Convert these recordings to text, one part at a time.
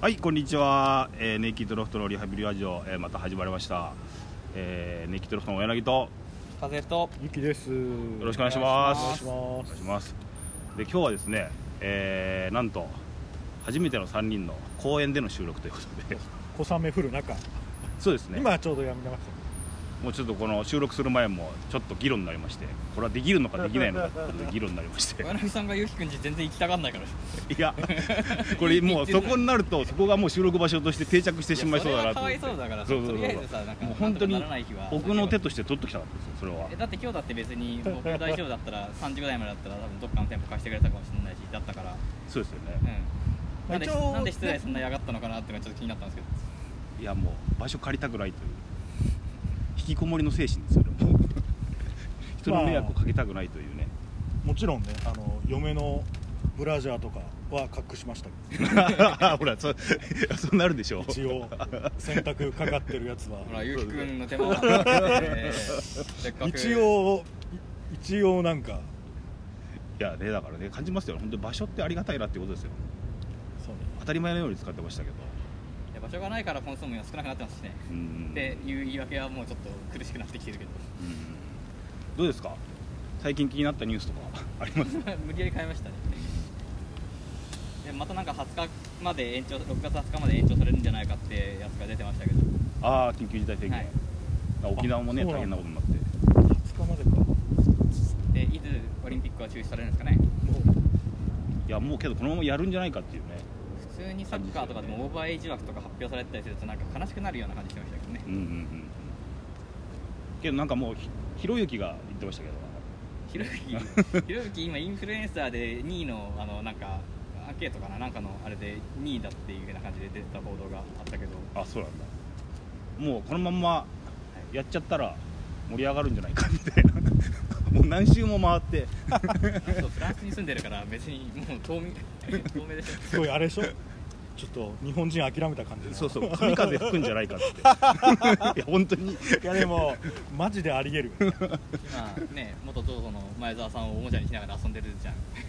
はい、こんにちは。ネイキッドロフトのリハビリラジオ、また始まりました。ネイキッドロフトの柳と風とゆきです。よろしくお願いします。 お願いします。 で、今日はですね、なんと初めての3人の公園での収録ということで小雨降る中、 そうですね、 今ちょうどやめました。 もうちょっとこの収録する前もちょっと議論になりまして、これはできるのかできないのかっていう議論になりまして柳さんがゆきくんち全然行きたがんないから。 いやこれもうそこになるとそこがもう収録場所として定着してしまいそうだなと思って。 それはかわいそうだから、 そうとりあえずさ、なんかもう本当になんとかならない日は僕の手として取っときたかったですよ、それは。 だって今日だって別に僕大丈夫だったら3時ぐらいまでだったら多分どっかの店舗貸してくれたかもしれないし、だったから。 そうですよね、 なんで室内そんな嫌がったのかなっていうのがちょっと気になったんですけど。 いやもう場所借りたくないという引きこもりの精神ですよね。人の迷惑をかけたくないというね、 もちろんね、嫁のブラジャーとかは隠しましたけどほらそうなるでしょう。 一応洗濯かかってるやつはほらゆきくんの手間がかかってせっかく一応なんか、 いやね、だからね、感じますよ、本当に場所ってありがたいなってことですよ。 そうね、 当たり前のように使ってましたけど、 場所がないから本数も少なくなってますしね、っていう言い訳はもうちょっと苦しくなってきてるけど、 どうですか、最近気になったニュースとかあります無理やり変えましたね。でまたなんか20日まで延長、6月20日まで延長されるんじゃないかってやつが出てましたけど、 ああ、緊急事態宣言、 はい、 沖縄もね大変なことになって、 20日までか。 でいつオリンピックは中止されるんですかね。 いやもうけどこのままやるんじゃないかっていうね。 普通にサッカーとかでもオーバーエイジ枠とか発表されてたりするとなんか悲しくなるような感じしてましたけどね。 けどなんかもうひろゆきが言ってましたけど、 ひろゆき今インフルエンサーで2位のなんかアンケートかな、なんかのあれで2位だっていうような感じで出てた報道があったけど、 あ、そうなんだ。もうこのまんまやっちゃったら盛り上がるんじゃないかみたいなもう何周も回ってそうフランスに住んでるから別にもう透明でしょ。 すごいあれでしょ、ちょっと日本人諦めた感じで、 そうそう、神風吹くんじゃないかっていや本当に、いやでもマジであり得る今ね、元ゾゾの前澤さんをおもちゃにしながら遊んでるじゃん。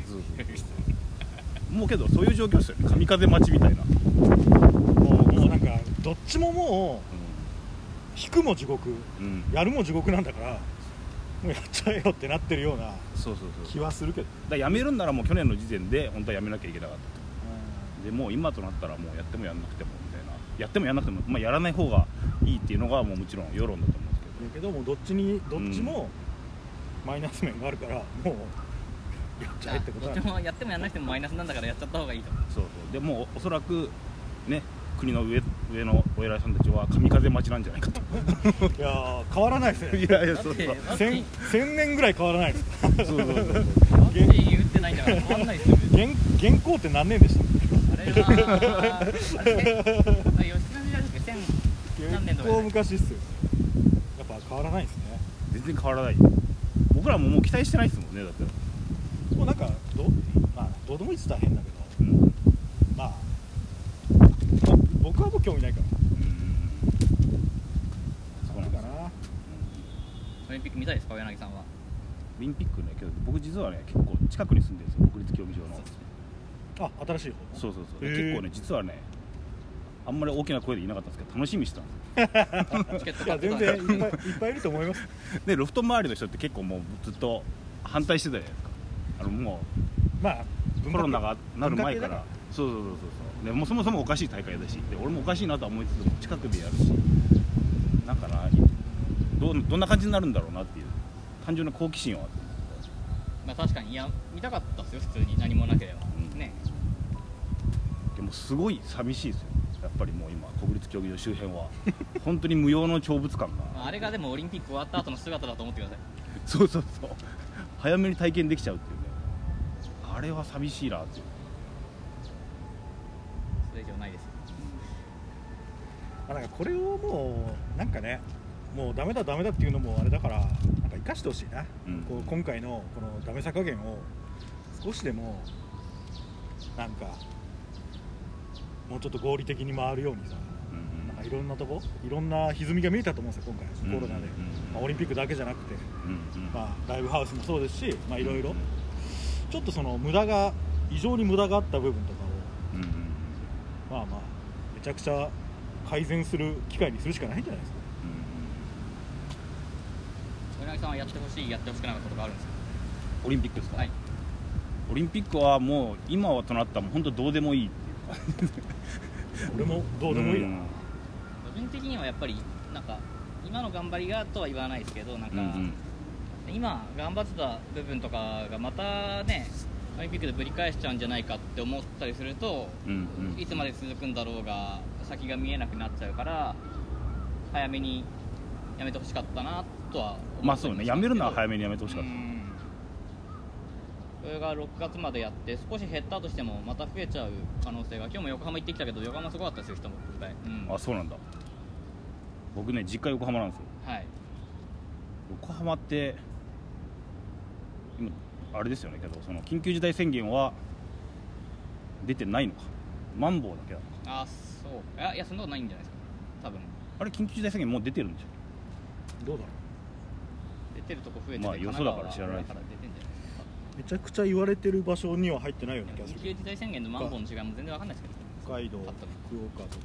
もうけどそういう状況ですよね、神風待ちみたいな。 もうなんかどっちももう、引くも地獄、やるも地獄なんだから、もうやっちゃえよってなってるような気はするけど、 だやめるんならもう去年の時点で本当はやめなきゃいけなかったと。でもう今となったらもうやってもやんなくてもみたいな、やってもやんなくても、まあ、やらない方がいいっていうのがもうもちろん世論だと思うんですけど、 もうどっちもマイナス面があるから、もうやっちゃえってことどっちもやってもやんなくてもマイナスなんだからやっちゃった方がいいと。 そうでもおそらくね、国の上のお偉いさんたちは神風待ちなんじゃないかといや変わらないですね。 いやそう 1000年ぐらい変わらないですそう言ってないんだから変わらないですよ。 現行って何年でしたっけ？あれは吉野家ですけど何年とか。 結構昔っすよ。やっぱ変わらないですね。 全然変わらない。僕らももう期待してないですもんね。だってもうなんかまあどうでもいいって言ったら変だけど、まあ僕はもう興味ないから。 そうなんかな。 オリンピック見たいですか、柳さんは。 オリンピックね、けど僕実はね結構近くに住んでるんですよ、国立競技場の。 あ、新しい方。 そう結構ね、実はね、あんまり大きな声で言いなかったんですけど楽しみにしてたんですよ。 チケット買って全然いっぱいいると思いますでロフト周りの人って結構もうずっと反対してたじゃないですか。もうまあコロナがなる前から。そうでもうそもそもおかしい大会だし、で俺もおかしいなとは思いつつも近くでやるし、なんかな、どんな感じになるんだろうなっていう単純な好奇心はあって、 まあ確かに、いや見たかったですよ、普通に何もなければ、ね。 でもすごい寂しいですよ、やっぱりもう今国立競技場周辺は本当に無用の長物感があれがでもオリンピック終わった後の姿だと思ってください。 そう早めに体験できちゃうっていうね、あれは寂しいなっていう。 それ以上ないですよ。 なんかこれをもうなんかね、もうダメだっていうのもあれだから、なんか生かしてほしいな、こう今回のこのダメさ加減を少しでもなんかもうちょっと合理的に回るようにさ、なんかいろんなとこ、いろんな歪みが見えたと思うんですよ今回、コロナで、オリンピックだけじゃなくて、ライブハウスもそうですし、いろいろちょっとその異常に無駄があった部分とかを、 ちゃくちゃ改善する機会にするしかないんじゃないですか。 柳さんはやってほしいやってほしくなかったことがあるんですか？ オリンピックですか？ はい。 オリンピックはもう今はとなったらもう本当どうでもいいっていうか俺もどうでもいいな、 個人的にはやっぱりなんか今の頑張りがとは言わないですけど、なんか、今頑張ってた部分とかがまたねオリンピックでぶり返しちゃうんじゃないかって思ったりすると、いつまで続くんだろうが先が見えなくなっちゃうから早めにやめてほしかったなとは思ってます。 まあそうね、やめるのは早めにやめてほしかった。 それが6月までやって少し減ったとしてもまた増えちゃう可能性が、今日も横浜行ってきたけど横浜すごかったですよ、人もいっぱい、 あ、そうなんだ。僕ね実家横浜なんですよ。 はい。 横浜って今あれですよね、けどその緊急事態宣言は出てないのか、マンボウだけだのか。 あ、そう。いやそんなことないんじゃないですか多分。 あれ緊急事態宣言もう出てるんでしょ？ どうだろ出てるとこ増えてて、 まあよそだから知らないです。 出てんじゃないですか。 う。めちゃくちゃ言われてる場所には入ってないような気がする。 緊急事態宣言とマンボウの違いも全然わかんないですけど、 北海道、 パッと見福岡とか。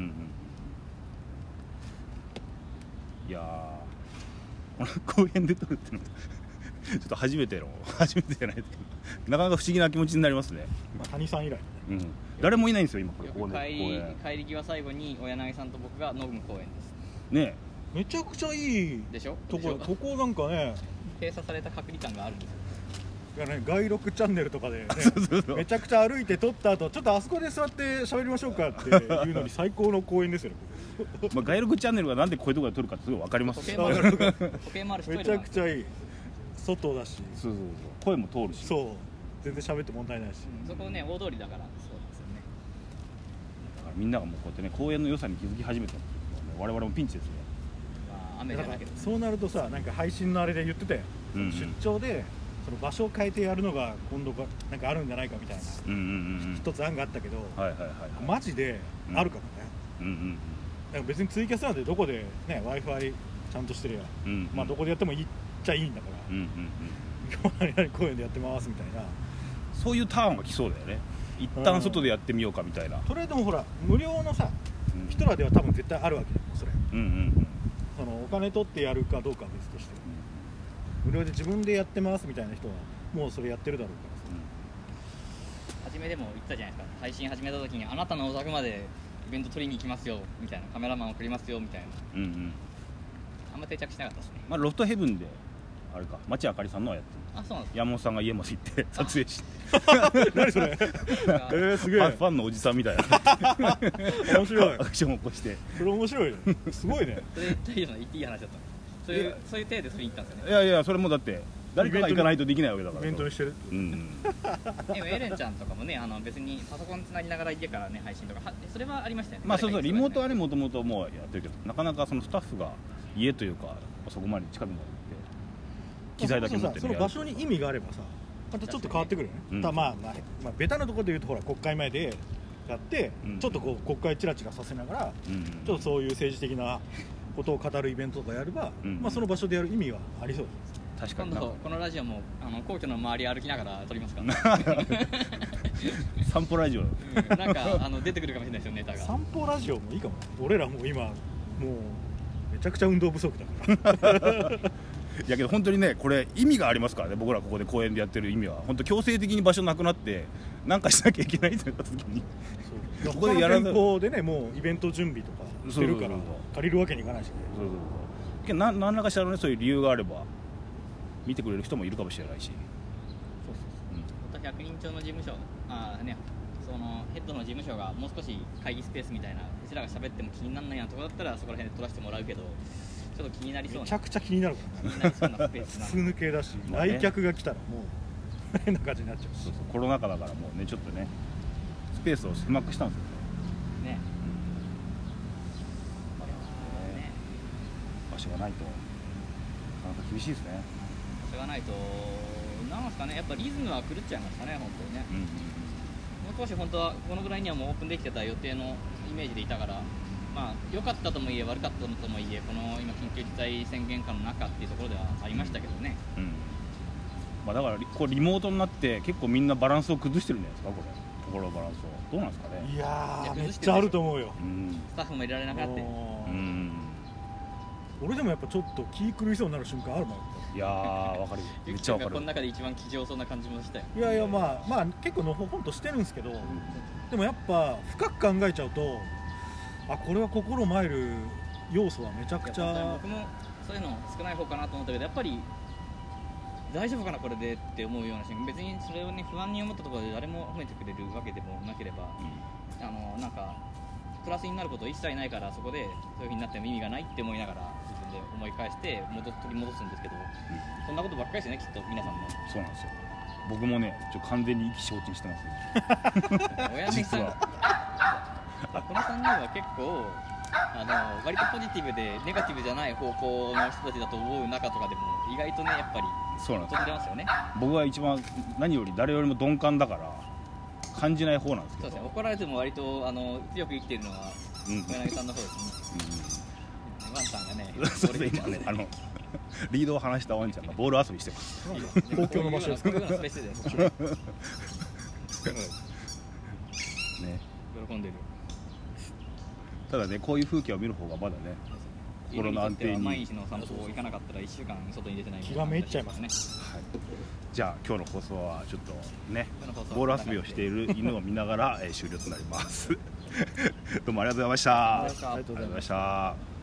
いやーこの公園で撮るってのちょっと初めてじゃないですけどなかなか不思議な気持ちになりますね。 まあ、谷さん以来、 誰もいないんですよ今これ。 よく帰り際最後に小柳さんと僕が飲む公園ですね。 めちゃくちゃいいでしょ。 とこなんかね、 閉鎖された隔離感があるんですよ。 外録チャンネルとかで、ね、めちゃくちゃ歩いて撮った後ちょっとあそこで座って喋りましょうかっていうのに最高の公園ですよねまあ外録チャンネルがなんでこういうところで撮るかってすごい分かりますし、 時計もあるしめちゃくちゃいい、外だし、 そう声も通るし、 そう全然喋って問題ないし、 そこね大通りだからそうですよね。 だからみんながもうこうやってね公園の良さに気づき始めたっていうのはね、我々もピンチですよ。 まあ雨じゃないけど、 そうなるとさ、なんか配信のあれで言ってたよ、出張でその場所を変えてやるのが今度なんかあるんじゃないかみたいな、一つ案があったけど、マジであるかもね。だから別にツイキャスなんてどこでね Wi-Fi ちゃんとしてるや、まあどこでやってもいいっちゃいいんだから、今日は何々公園でやってますみたいな、 そういうターンが来そうだよね。一旦外でやってみようかみたいな。 それでもほら無料のさ、人らでは多分絶対あるわけだよそれ。そのお金取ってやるかどうかは別として、無料で自分でやってますみたいな人はもうそれやってるだろうからさ。 初めでも言ったじゃないですか、配信始めた時にあなたのお宅までイベント取りに行きますよみたいな、カメラマン送りますよみたいな、あんま定着しなかったですね。 まあロフトヘブンであれか、町あかりさんのはやってる。 あ、そうなんですか。 山本さんが家まで行って撮影して何それすげえファンのおじさんみたいな面白いアクションを起こして。 それ面白いね、すごいね。 それ言っていい話だったの。そういう体でそれに行ったんですよね。 いやそれもだって誰かが行かないとできないわけだから。 イベントにしてる。 でもエレンちゃんとかもね、別にパソコンつなぎながら家からね配信とかそれはありましたよね。 まあそうリモートはねもともともうやってるけど、なかなかそのスタッフが家というかそこまで近くまで行って機材だけ持ってその場所に意味があればさ、またちょっと変わってくるよね。まあベタなところで言うとほら国会前でやって、ちょっとこう国会チラチラさせながら、ちょっとそういう政治的なことを語るイベントとかやれば、まあその場所でやる意味はありそうです。 確かに。 今度このラジオも皇居の周り歩きながら撮りますから散歩ラジオなんか出てくるかもしれないですよ、ネタが。 散歩ラジオもいいかも。俺らもう今もうめちゃくちゃ運動不足だからいやけど本当にねこれ意味がありますからね。僕らここで公園でやってる意味は本当強制的に場所なくなってなんかしなきゃいけないってなった時にここでやらずこでね、もうイベント準備とかしてるから借りるわけにいかないしね。 けど何らかしらのねそういう理由があれば見てくれる人もいるかもしれないし。 本当100人超の事務所そのヘッドの事務所がもう少し会議スペースみたいな、うちらが喋っても気にならないようなところだったらそこら辺で撮らせてもらうけど、ちょっと気になりそうな、 めちゃくちゃ気になるから気になりそうなスペースな筒抜けだし、来客が来たらもう変な感じになっちゃう。 そうコロナ禍だからもうねちょっとねスペースを狭くしたんですよね。場所がないとなかなか厳しいですね。 場所がないとなんですかね、やっぱリズムは狂っちゃいましたね本当にね。もう少し本当はこのぐらいにはもうオープンできてた予定のイメージでいたから、まあ良かったともいえ悪かったともいえ、この今緊急事態宣言下の中っていうところではありましたけどね。 まあだからこうリモートになって結構みんなバランスを崩してるんじゃないですかこれ。 心のバランスをどうなんですかね。 いやーめっちゃあると思うよ、 スタッフもいられなくなって、 俺でもやっぱちょっと気狂いそうになる瞬間あるもん。 いやーわかる、めっちゃわかる。 この中で一番気丈そうな感じもしたよ。 いやいや、まあ結構のほほんとしてるんですけど、でもやっぱ深く考えちゃうと、あ、これは心参る要素はめちゃくちゃ。 僕もそういうの少ない方かなと思ったけど、やっぱり大丈夫かなこれでって思うような瞬間、別にそれをね不安に思ったところで誰も褒めてくれるわけでもなければ、なんかプラスになること一切ないから、そこでそういう風になっても意味がないって思いながら自分で思い返して取り戻すんですけど、そんなことばっかりですよね、きっと皆さんも。 そうなんですよ。僕もね完全に意気消沈してますね親父さんこの3人は結構割とポジティブでネガティブじゃない方向の人たちだと思う中とかでも意外とねやっぱりそうなんですよ。 出ますよね。 僕は一番何より誰よりも鈍感だから感じない方なんですけど。 そうですね、怒られても割と強く生きているのは小柳さんの方ですね。ワンちゃんがねそうですね、今ねリードを離したワンちゃんがボール遊びしてます。 公共の場所ですからスペースでね、 喜んでる。 ただね、こういう風景を見る方がまだね心の安定に。 毎日の散歩行かなかったら1週間外に出てない気がめいっちゃいますね。 はい、じゃあ今日の放送はちょっとねボール遊びをしている犬を見ながら終了となりますどうもありがとうございました。 ありがとうございました。